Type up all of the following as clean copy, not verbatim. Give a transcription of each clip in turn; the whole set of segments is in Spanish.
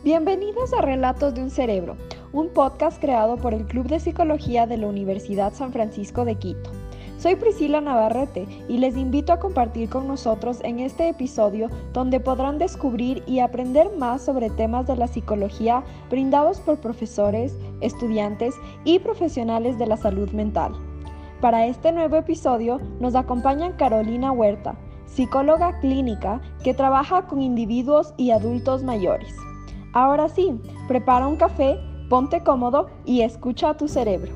Bienvenidos a Relatos de un Cerebro, un podcast creado por el Club de Psicología de la Universidad San Francisco de Quito. Soy Priscila Navarrete y les invito a compartir con nosotros en este episodio donde podrán descubrir y aprender más sobre temas de la psicología brindados por profesores, estudiantes y profesionales de la salud mental. Para este nuevo episodio nos acompaña Carolina Huerta, psicóloga clínica que trabaja con individuos y adultos mayores. Ahora sí, prepara un café, ponte cómodo y escucha a tu cerebro.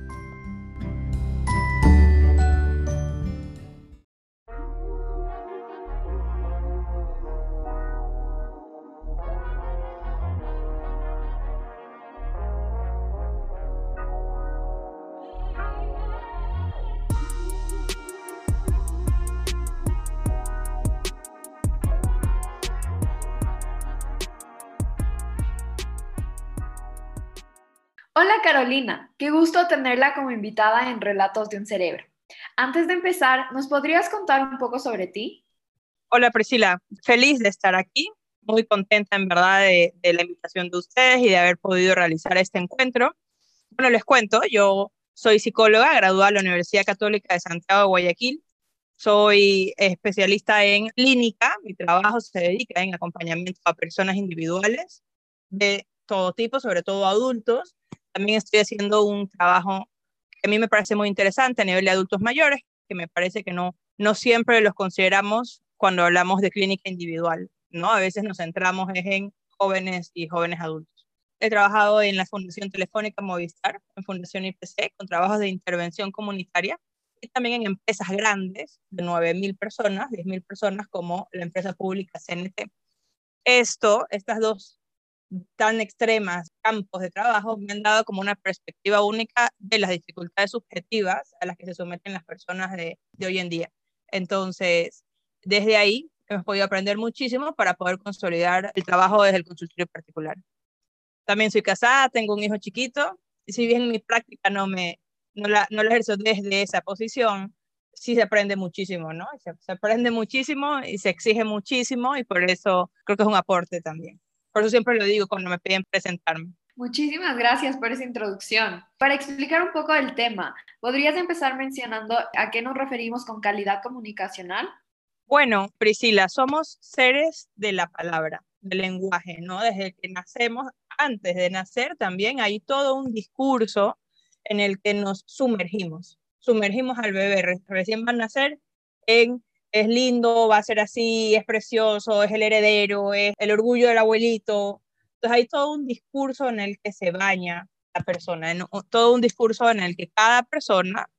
Hola Carolina, qué gusto tenerla como invitada en Relatos de un Cerebro. Antes de empezar, ¿nos podrías contar un poco sobre ti? Hola Priscila, feliz de estar aquí, muy contenta en verdad de la invitación de ustedes y de haber podido realizar este encuentro. Bueno, les cuento, yo soy psicóloga, graduada de la Universidad Católica de Santiago de Guayaquil, soy especialista en clínica, mi trabajo se dedica en acompañamiento a personas individuales de todo tipo, sobre todo adultos. También estoy haciendo un trabajo que a mí me parece muy interesante a nivel de adultos mayores, que me parece que no siempre los consideramos cuando hablamos de clínica individual, ¿no? A veces nos centramos en jóvenes y jóvenes adultos. He trabajado en la Fundación Telefónica Movistar, en Fundación IPC, con trabajos de intervención comunitaria, y también en empresas grandes de 9.000 personas, 10.000 personas, como la empresa pública CNT. Estas dos tan extremas campos de trabajo me han dado como una perspectiva única de las dificultades subjetivas a las que se someten las personas de hoy en día. Entonces, desde ahí hemos podido aprender muchísimo para poder consolidar el trabajo desde el consultorio particular. También soy casada, tengo un hijo chiquito, y si bien mi práctica no la ejerzo desde esa posición, sí se aprende muchísimo, ¿no? Se aprende muchísimo y se exige muchísimo, y por eso creo que es un aporte también. Por eso siempre lo digo cuando me piden presentarme. Muchísimas gracias por esa introducción. Para explicar un poco el tema, ¿podrías empezar mencionando a qué nos referimos con calidad comunicacional? Bueno, Priscila, somos seres de la palabra, del lenguaje, ¿no? Desde que nacemos, antes de nacer también hay todo un discurso en el que nos sumergimos al bebé, recién va a nacer es lindo, va a ser así, es precioso, es el heredero, es el orgullo del abuelito. Entonces hay todo un discurso en el que se baña la persona, todo un discurso en el que cada persona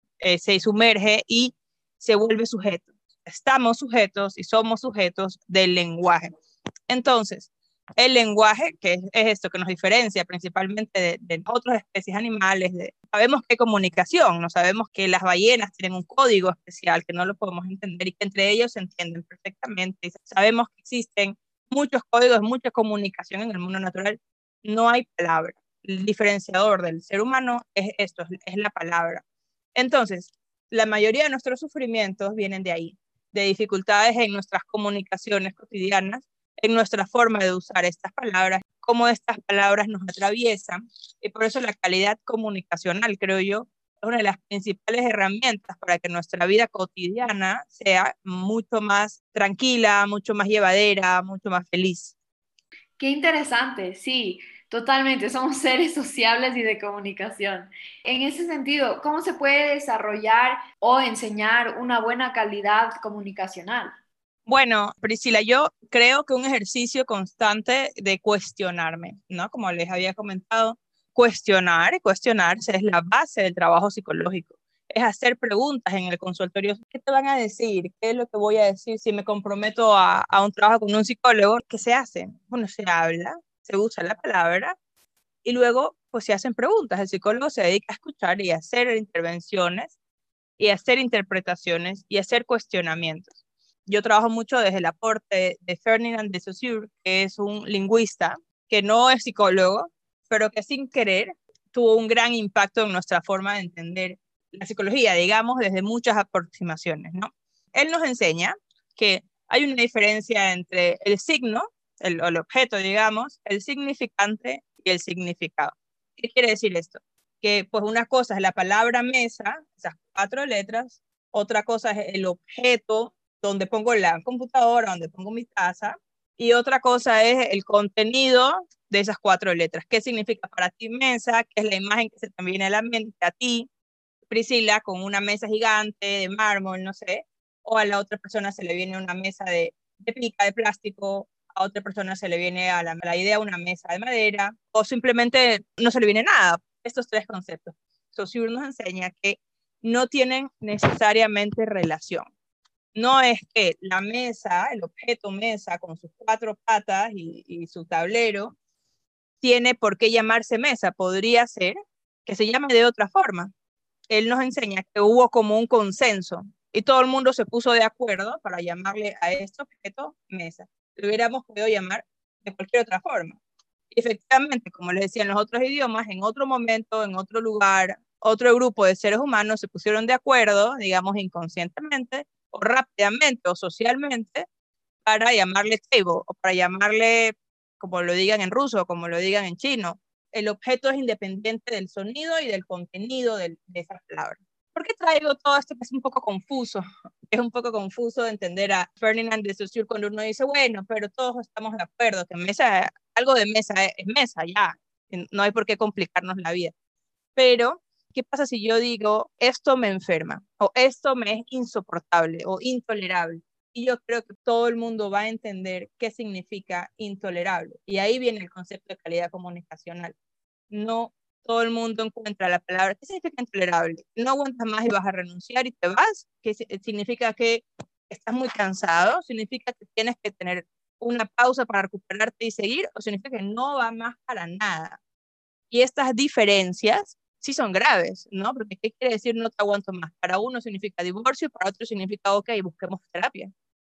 se sumerge y se vuelve sujeto. Estamos sujetos y somos sujetos del lenguaje. Entonces, el lenguaje, que es esto que nos diferencia principalmente de otras especies animales, sabemos que hay comunicación, no sabemos que las ballenas tienen un código especial que no lo podemos entender y que entre ellos se entienden perfectamente. Y sabemos que existen muchos códigos, mucha comunicación en el mundo natural. No hay palabra. El diferenciador del ser humano es esto, es la palabra. Entonces, la mayoría de nuestros sufrimientos vienen de ahí, de dificultades en nuestras comunicaciones cotidianas, en nuestra forma de usar estas palabras, cómo estas palabras nos atraviesan, y por eso la calidad comunicacional, creo yo, es una de las principales herramientas para que nuestra vida cotidiana sea mucho más tranquila, mucho más llevadera, mucho más feliz. Qué interesante, sí, totalmente. Somos seres sociables y de comunicación. En ese sentido, ¿cómo se puede desarrollar o enseñar una buena calidad comunicacional? Bueno, Priscila, yo creo que un ejercicio constante de cuestionarme, ¿no? Como les había comentado, cuestionar y cuestionarse es la base del trabajo psicológico. Es hacer preguntas en el consultorio. ¿Qué te van a decir? ¿Qué es lo que voy a decir si me comprometo a un trabajo con un psicólogo? ¿Qué se hace? Bueno, se habla, se usa la palabra y luego pues se hacen preguntas. El psicólogo se dedica a escuchar y a hacer intervenciones y hacer interpretaciones y hacer cuestionamientos. Yo trabajo mucho desde el aporte de Ferdinand de Saussure, que es un lingüista que no es psicólogo, pero que sin querer tuvo un gran impacto en nuestra forma de entender la psicología, digamos, desde muchas aproximaciones, ¿no? Él nos enseña que hay una diferencia entre el signo el objeto, digamos, el significante y el significado. ¿Qué quiere decir esto? Que pues una cosa es la palabra mesa, esas 4 letras, otra cosa es el objeto donde pongo la computadora, donde pongo mi taza, y otra cosa es el contenido de esas 4 letras. ¿Qué significa para ti mesa? ¿Qué es la imagen que se te viene a la mente a ti, Priscila, con una mesa gigante de mármol, no sé? O a la otra persona se le viene una mesa de pica, de plástico, a otra persona se le viene a la idea una mesa de madera, o simplemente no se le viene nada. Estos 3 conceptos. Saussure nos enseña que no tienen necesariamente relación. No es que la mesa, el objeto mesa con sus 4 patas y su tablero, tiene por qué llamarse mesa. Podría ser que se llame de otra forma. Él nos enseña que hubo como un consenso y todo el mundo se puso de acuerdo para llamarle a este objeto mesa. Lo hubiéramos podido llamar de cualquier otra forma. Y efectivamente, como les decía, en los otros idiomas, en otro momento, en otro lugar, otro grupo de seres humanos se pusieron de acuerdo, digamos inconscientemente, o rápidamente, o socialmente, para llamarle table, o para llamarle, como lo digan en ruso, o como lo digan en chino. El objeto es independiente del sonido y del contenido de esas palabras. ¿Por qué traigo todo esto que es un poco confuso? Es un poco confuso de entender a Ferdinand de Saussure cuando uno dice, bueno, pero todos estamos de acuerdo, que mesa, algo de mesa es mesa, ya, no hay por qué complicarnos la vida. Pero, ¿qué pasa si yo digo, esto me enferma, o esto me es insoportable, o intolerable? Y yo creo que todo el mundo va a entender qué significa intolerable. Y ahí viene el concepto de calidad comunicacional. No todo el mundo encuentra la palabra. ¿Qué significa intolerable? No aguantas más y vas a renunciar y te vas. ¿Qué significa que estás muy cansado? ¿Significa que tienes que tener una pausa para recuperarte y seguir? ¿O significa que no va más para nada? Y estas diferencias sí son graves, ¿no? Porque ¿qué quiere decir no te aguanto más? Para uno significa divorcio, para otro significa, ok, busquemos terapia.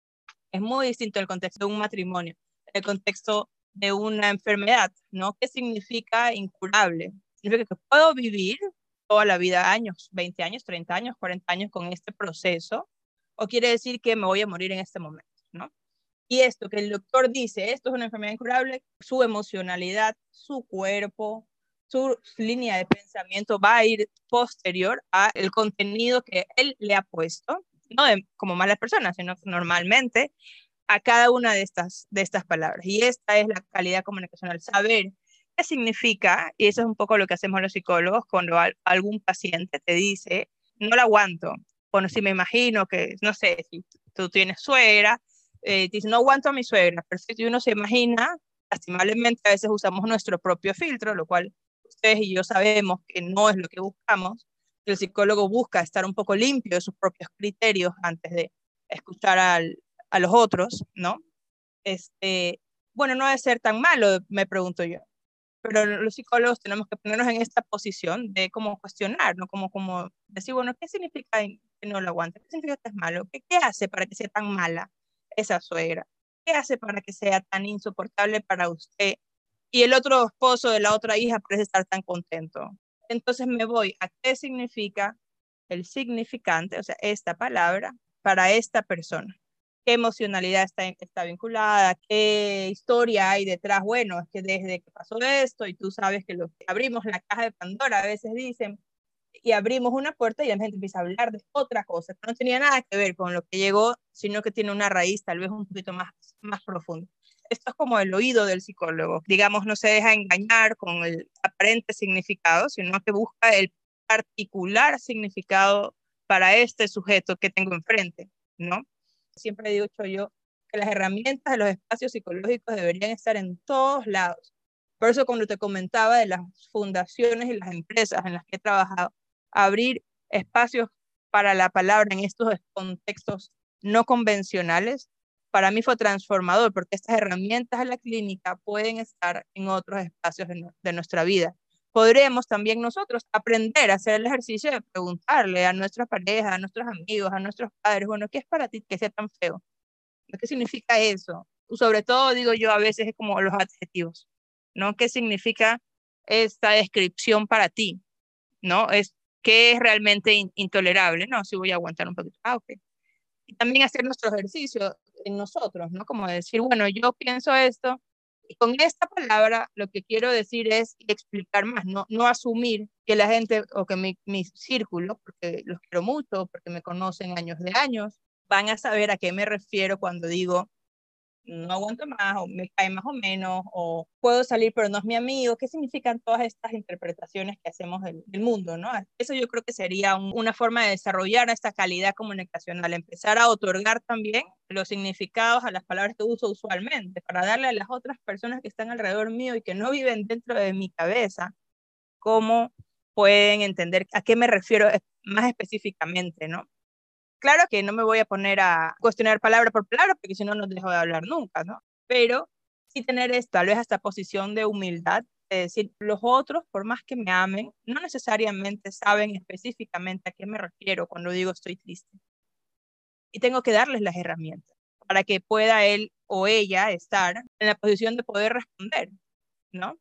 Es muy distinto el contexto de un matrimonio, el contexto de una enfermedad, ¿no? ¿Qué significa incurable? Significa que puedo vivir toda la vida, años, 20 años, 30 años, 40 años con este proceso, o quiere decir que me voy a morir en este momento, ¿no? Y esto que el doctor dice, esto es una enfermedad incurable, su emocionalidad, su cuerpo, su línea de pensamiento va a ir posterior al contenido que él le ha puesto, no como malas personas, sino normalmente a cada una de estas palabras. Y esta es la calidad comunicacional, saber qué significa, y eso es un poco lo que hacemos los psicólogos cuando algún paciente te dice, no la aguanto, bueno, si me imagino que, no sé, si tú tienes suegra, dice, no aguanto a mi suegra, perfecto, y uno se imagina, lastimablemente a veces usamos nuestro propio filtro, lo cual ustedes y yo sabemos que no es lo que buscamos. El psicólogo busca estar un poco limpio de sus propios criterios antes de escuchar a los otros, ¿no? Bueno, no debe ser tan malo, me pregunto yo. Pero los psicólogos tenemos que ponernos en esta posición de como cuestionar, ¿no? Como decir, bueno, ¿qué significa que no lo aguante? ¿Qué significa que es malo? ¿Qué hace para que sea tan mala esa suegra? ¿Qué hace para que sea tan insoportable para usted? Y el otro esposo de la otra hija parece estar tan contento. Entonces me voy a qué significa el significante, o sea, esta palabra para esta persona. ¿Qué emocionalidad está vinculada? ¿Qué historia hay detrás? Bueno, es que desde que pasó esto y tú sabes que lo que abrimos la caja de Pandora, a veces dicen, y abrimos una puerta y la gente empieza a hablar de otra cosa, que no tenía nada que ver con lo que llegó, sino que tiene una raíz tal vez un poquito más profunda. Esto es como el oído del psicólogo. Digamos, no se deja engañar con el aparente significado, sino que busca el particular significado para este sujeto que tengo enfrente, ¿no? Siempre he dicho yo que las herramientas de los espacios psicológicos deberían estar en todos lados. Por eso cuando te comentaba de las fundaciones y las empresas en las que he trabajado, abrir espacios para la palabra en estos contextos no convencionales, para mí fue transformador, porque estas herramientas de la clínica pueden estar en otros espacios de nuestra vida. Podremos también nosotros aprender a hacer el ejercicio de preguntarle a nuestra pareja, a nuestros amigos, a nuestros padres, bueno, ¿qué es para ti que sea tan feo? ¿Qué significa eso? Sobre todo, digo yo, a veces es como los adjetivos, ¿no? ¿Qué significa esta descripción para ti? ¿No? ¿Qué es realmente intolerable? No, sí voy a aguantar un poquito. Ah, ok. Y también hacer nuestro ejercicio. en nosotros, ¿no? Como decir, bueno, yo pienso esto, y con esta palabra lo que quiero decir es explicar más, no asumir que la gente o que mi círculo, porque los quiero mucho, porque me conocen años de años, van a saber a qué me refiero cuando digo no aguanto más, o me cae más o menos, o puedo salir pero no es mi amigo. ¿Qué significan todas estas interpretaciones que hacemos del mundo, ¿no? Eso yo creo que sería una forma de desarrollar esta calidad comunicacional, empezar a otorgar también los significados a las palabras que uso usualmente, para darle a las otras personas que están alrededor mío y que no viven dentro de mi cabeza, cómo pueden entender a qué me refiero más específicamente, ¿no? Claro que no me voy a poner a cuestionar palabra por palabra, porque si no, no dejo de hablar nunca, ¿no? Pero sí tener tal vez esta posición de humildad, de decir, los otros, por más que me amen, no necesariamente saben específicamente a qué me refiero cuando digo estoy triste. Y tengo que darles las herramientas para que pueda él o ella estar en la posición de poder responder, ¿no?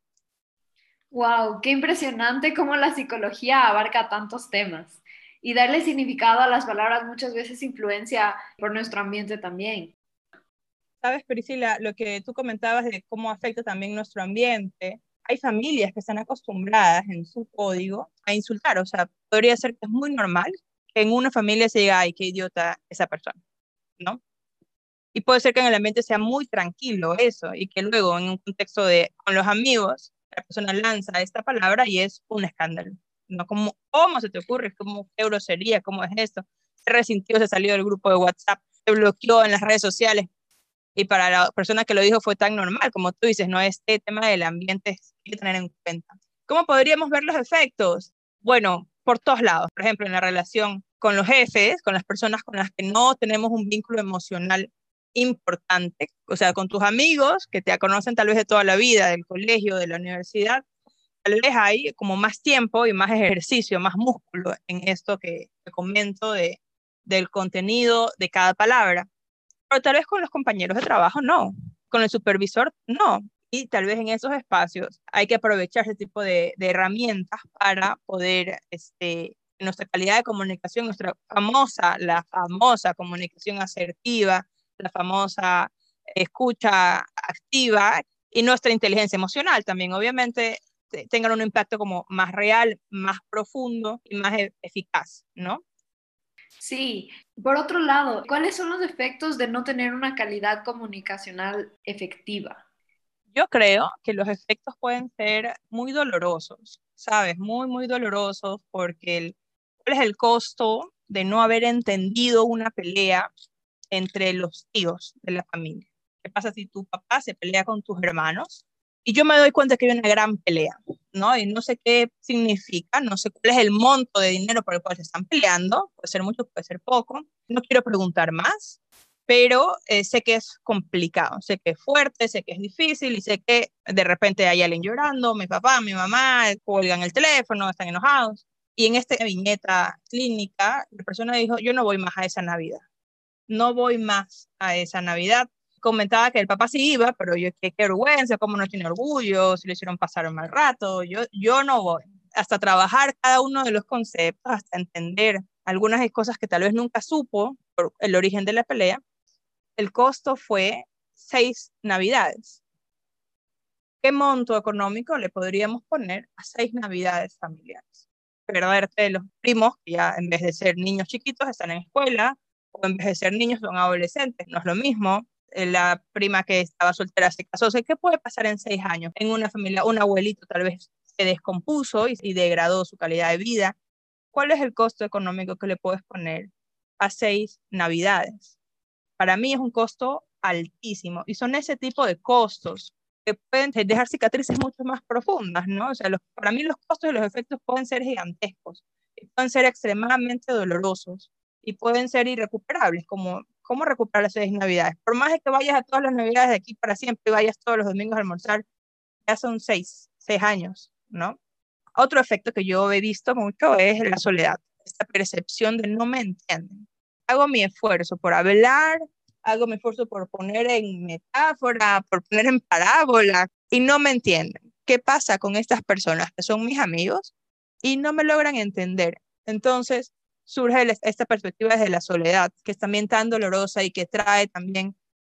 Wow, qué impresionante cómo la psicología abarca tantos temas. Y darle significado a las palabras muchas veces influencia por nuestro ambiente también. Sabes, Priscila, lo que tú comentabas de cómo afecta también nuestro ambiente, hay familias que están acostumbradas en su código a insultar, o sea, podría ser que es muy normal que en una familia se diga, ay, qué idiota esa persona, ¿no? Y puede ser que en el ambiente sea muy tranquilo eso, y que luego en un contexto de con los amigos, la persona lanza esta palabra y es un escándalo, ¿no? Como, ¿cómo se te ocurre? ¿Cómo, qué grosería? ¿Cómo es esto? Se resintió, se salió del grupo de WhatsApp, se bloqueó en las redes sociales, y para la persona que lo dijo fue tan normal, como tú dices, ¿no? Este tema del ambiente hay que tener en cuenta. ¿Cómo podríamos ver los efectos? Bueno, por todos lados. Por ejemplo, en la relación con los jefes, con las personas con las que no tenemos un vínculo emocional importante, o sea, con tus amigos que te conocen tal vez de toda la vida, del colegio, de la universidad, tal vez hay como más tiempo y más ejercicio, más músculo en esto que te comento del contenido de cada palabra. Pero tal vez con los compañeros de trabajo no, con el supervisor no. Y tal vez en esos espacios hay que aprovechar ese tipo de herramientas para poder, nuestra calidad de comunicación, la famosa comunicación asertiva, la famosa escucha activa y nuestra inteligencia emocional también, obviamente, tengan un impacto como más real, más profundo y más eficaz, ¿no? Sí, por otro lado, ¿cuáles son los efectos de no tener una calidad comunicacional efectiva? Yo creo que los efectos pueden ser muy dolorosos, ¿sabes? Muy, muy dolorosos porque ¿cuál es el costo de no haber entendido una pelea entre los tíos de la familia? ¿Qué pasa si tu papá se pelea con tus hermanos? Y yo me doy cuenta que hay una gran pelea, ¿no? Y no sé qué significa, no sé cuál es el monto de dinero por el cual se están peleando, puede ser mucho, puede ser poco. No quiero preguntar más, pero sé que es complicado, sé que es fuerte, sé que es difícil y sé que de repente hay alguien llorando, mi papá, mi mamá, cuelgan el teléfono, están enojados. Y en esta viñeta clínica, la persona dijo, yo no voy más a esa Navidad, no voy más a esa Navidad. Comentaba que el papá sí iba, pero yo qué vergüenza, cómo no tiene orgullo, si le hicieron pasar un mal rato, yo no voy. Hasta trabajar cada uno de los conceptos, hasta entender algunas cosas que tal vez nunca supo por el origen de la pelea, el costo fue 6 Navidades. ¿Qué monto económico le podríamos poner a 6 Navidades familiares? Perderte los primos, que ya en vez de ser niños chiquitos están en escuela, o en vez de ser niños son adolescentes, no es lo mismo. La prima que estaba soltera se casó. O sea, ¿qué puede pasar en 6 años? En una familia, un abuelito tal vez se descompuso y degradó su calidad de vida. ¿Cuál es el costo económico que le puedes poner a 6 Navidades? Para mí es un costo altísimo y son ese tipo de costos que pueden dejar cicatrices mucho más profundas, ¿no? O sea, para mí los costos y los efectos pueden ser gigantescos, pueden ser extremadamente dolorosos y pueden ser irrecuperables, como cómo recuperar las 6 Navidades. Por más de que vayas a todas las Navidades de aquí para siempre y vayas todos los domingos a almorzar, ya son 6 años, ¿no? Otro efecto que yo he visto mucho es la soledad, esta percepción de no me entienden. Hago mi esfuerzo por hablar, hago mi esfuerzo por poner en metáfora, por poner en parábola y no me entienden. ¿Qué pasa con estas personas que son mis amigos y no me logran entender? Entonces surge esta perspectiva desde la soledad, que es también tan dolorosa y que trae también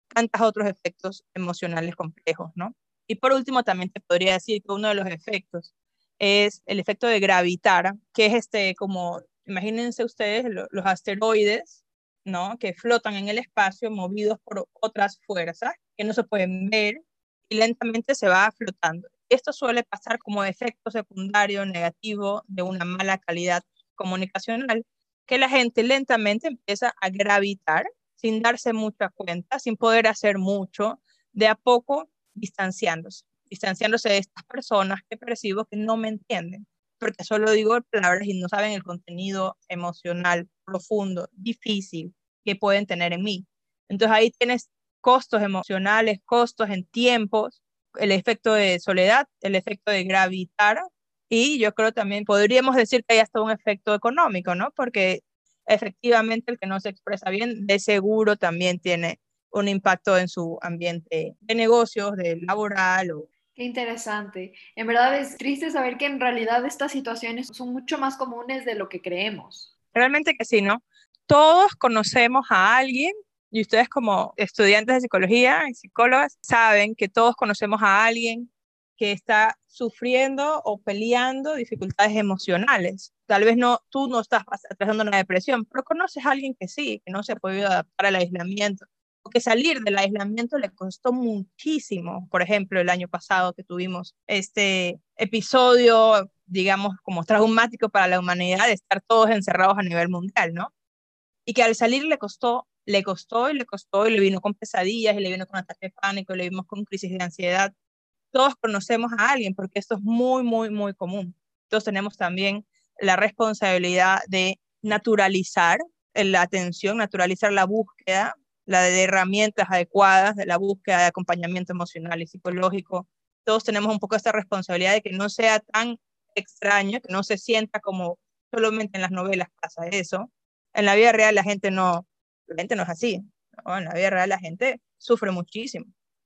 tantos otros efectos emocionales complejos, ¿no? Y por último, también te podría decir que uno de los efectos es el efecto de gravitar, que es como, imagínense ustedes los asteroides, ¿no? Que flotan en el espacio movidos por otras fuerzas que no se pueden ver y lentamente se va flotando. Esto suele pasar como efecto secundario negativo de una mala calidad comunicacional, que la gente lentamente empieza a gravitar sin darse mucha cuenta, sin poder hacer mucho, de a poco distanciándose de estas personas que percibo que no me entienden, porque solo digo palabras y no saben el contenido emocional profundo, difícil que pueden tener en mí. Entonces ahí tienes costos emocionales, costos en tiempos, el efecto de soledad, el efecto de gravitar, y yo creo también podríamos decir que hay hasta un efecto económico, ¿no? Porque efectivamente el que no se expresa bien, de seguro también tiene un impacto en su ambiente de negocios, de laboral. Qué interesante. En verdad es triste saber que en realidad estas situaciones son mucho más comunes de lo que creemos. Realmente que sí, ¿no? Todos conocemos a alguien, y ustedes como estudiantes de psicología y psicólogas saben que todos conocemos a alguien que está sufriendo o peleando dificultades emocionales. Tal vez no, tú no estás atravesando una depresión, pero conoces a alguien que sí, que no se ha podido adaptar al aislamiento, o que salir del aislamiento le costó muchísimo. Por ejemplo, el año pasado que tuvimos este episodio, digamos, como traumático para la humanidad, de estar todos encerrados a nivel mundial, ¿no? Y que al salir le costó, y le vino con pesadillas, y le vino con ataque de pánico, y le vimos con crisis de ansiedad. Todos conocemos a alguien, porque esto es muy, muy, muy común. Todos tenemos también la responsabilidad de naturalizar la atención, naturalizar la búsqueda, la de herramientas adecuadas de la búsqueda de acompañamiento emocional y psicológico. Todos tenemos un poco esta responsabilidad de que no sea tan extraño, que no se sienta como solamente en las novelas pasa eso. En la vida real la gente no es así, ¿no? En la vida real la gente sufre muchísimo.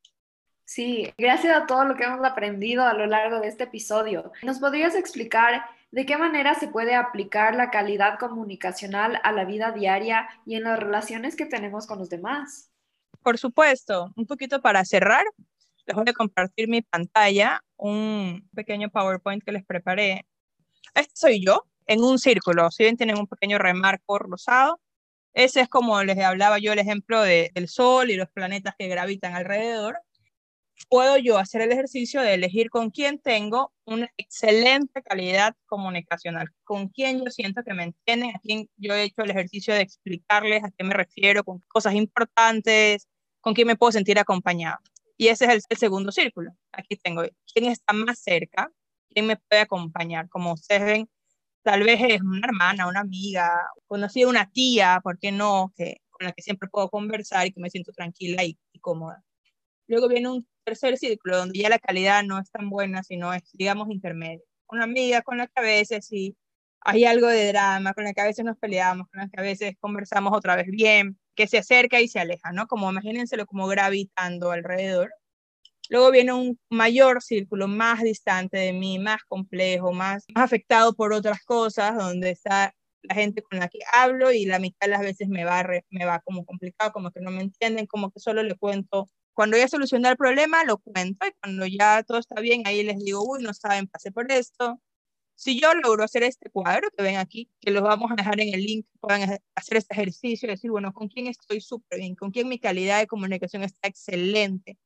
Sí, gracias a todo lo que hemos aprendido a lo largo de este episodio. ¿Nos podrías explicar de qué manera se puede aplicar la calidad comunicacional a la vida diaria y en las relaciones que tenemos con los demás? Por supuesto, un poquito para cerrar, les voy a compartir mi pantalla, un pequeño PowerPoint que les preparé. Este soy yo en un círculo, si ven tienen un pequeño remarco rosado. Ese es, como les hablaba yo, el ejemplo del Sol y los planetas que gravitan alrededor. Puedo yo hacer el ejercicio de elegir con quién tengo una excelente calidad comunicacional, con quién yo siento que me entienden, a quién yo he hecho el ejercicio de explicarles a qué me refiero, con cosas importantes, con quién me puedo sentir acompañado. Y ese es el segundo círculo. Aquí tengo quién está más cerca, quién me puede acompañar. Como ustedes ven, tal vez es una hermana, una amiga, conocí a una tía, ¿por qué no? Con la que siempre puedo conversar y que me siento tranquila y cómoda. Luego viene un tercer círculo donde ya la calidad no es tan buena, sino es, digamos, intermedia. Una amiga con la que a veces sí hay algo de drama, con la que a veces nos peleamos, con la que a veces conversamos otra vez bien, que se acerca y se aleja, ¿no? Como imagínenselo como gravitando alrededor. Luego viene un mayor círculo más distante de mí, más complejo, más afectado por otras cosas, donde está la gente con la que hablo y la mitad de las veces me va como complicado, como que no me entienden, como que solo le cuento. Cuando ya solucioné el problema, lo cuento, y cuando ya todo está bien, ahí les digo, uy, no saben, pasé por esto. Si yo logro hacer este cuadro que ven aquí, que los vamos a dejar en el link, puedan hacer este ejercicio y decir, bueno, ¿con quién estoy súper bien? ¿Con quién mi calidad de comunicación está excelente?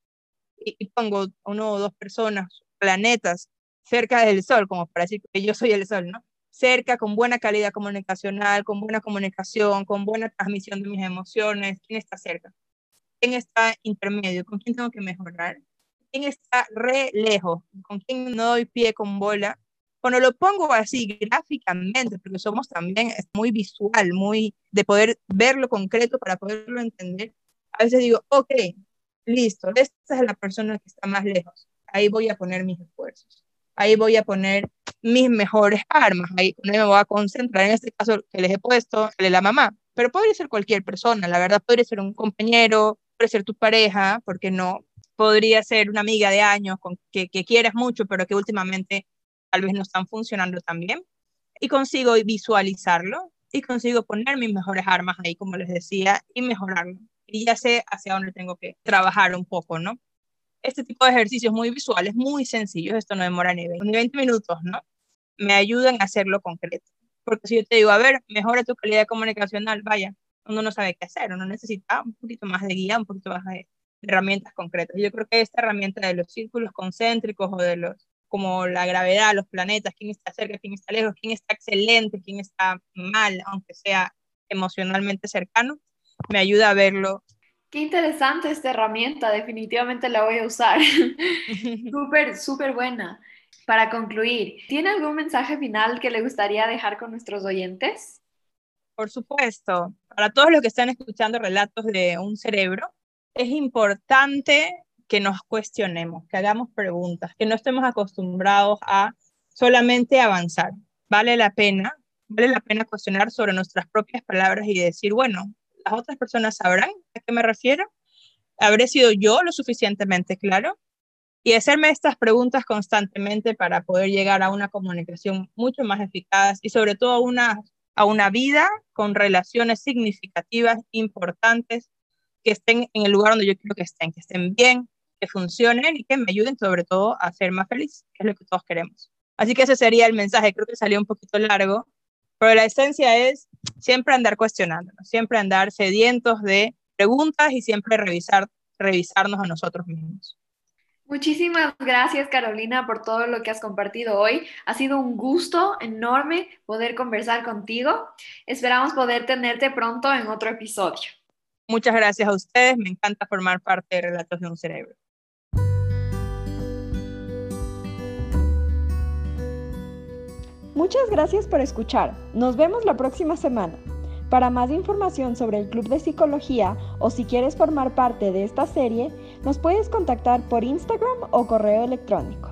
Y pongo uno o dos personas, planetas, cerca del Sol, como para decir que yo soy el Sol, ¿no? Cerca, con buena calidad comunicacional, con buena comunicación, con buena transmisión de mis emociones. ¿Quién está cerca? ¿Quién está intermedio? ¿Con quién tengo que mejorar? ¿Quién está re lejos? ¿Con quién no doy pie con bola? Cuando lo pongo así gráficamente, porque somos también muy visual, muy de poder verlo concreto para poderlo entender, a veces digo, ok, listo, esta es la persona que está más lejos. Ahí voy a poner mis esfuerzos. Ahí voy a poner mis mejores armas. Ahí me voy a concentrar. En este caso que les he puesto, el de la mamá. Pero podría ser cualquier persona, la verdad. Podría ser un compañero, podría ser tu pareja, ¿por qué no? Podría ser una amiga de años que quieras mucho, pero que últimamente tal vez no están funcionando tan bien. Y consigo visualizarlo y consigo poner mis mejores armas ahí, como les decía, y mejorarlo. y ya sé hacia dónde tengo que trabajar un poco, ¿no? Este tipo de ejercicios muy visuales, muy sencillos, esto no demora ni 20 minutos, ¿no? Me ayudan a hacerlo concreto. Porque si yo te digo, a ver, mejora tu calidad comunicacional, vaya, uno no sabe qué hacer, uno necesita un poquito más de guía, un poquito más de herramientas concretas. Yo creo que esta herramienta de los círculos concéntricos o de los, como la gravedad, los planetas, quién está cerca, quién está lejos, quién está excelente, quién está mal, aunque sea emocionalmente cercano, me ayuda a verlo. Qué interesante esta herramienta, definitivamente la voy a usar. Súper, súper buena. Para concluir, ¿tiene algún mensaje final que le gustaría dejar con nuestros oyentes? Por supuesto, para todos los que están escuchando relatos de un cerebro, es importante que nos cuestionemos, que hagamos preguntas, que no estemos acostumbrados a solamente avanzar. Vale la pena cuestionar sobre nuestras propias palabras y decir, bueno, las otras personas sabrán a qué me refiero, habré sido yo lo suficientemente claro, y hacerme estas preguntas constantemente para poder llegar a una comunicación mucho más eficaz y sobre todo a una vida con relaciones significativas, importantes, que estén en el lugar donde yo quiero que estén bien, que funcionen y que me ayuden sobre todo a ser más feliz, que es lo que todos queremos. Así que ese sería el mensaje. Creo que salió un poquito largo, pero la esencia es siempre andar cuestionándonos, siempre andar sedientos de preguntas y siempre revisarnos a nosotros mismos. Muchísimas gracias, Carolina, por todo lo que has compartido hoy. Ha sido un gusto enorme poder conversar contigo. Esperamos poder tenerte pronto en otro episodio. Muchas gracias a ustedes. Me encanta formar parte de Relatos de un Cerebro. Muchas gracias por escuchar. Nos vemos la próxima semana. Para más información sobre el Club de Psicología o si quieres formar parte de esta serie, nos puedes contactar por Instagram o correo electrónico.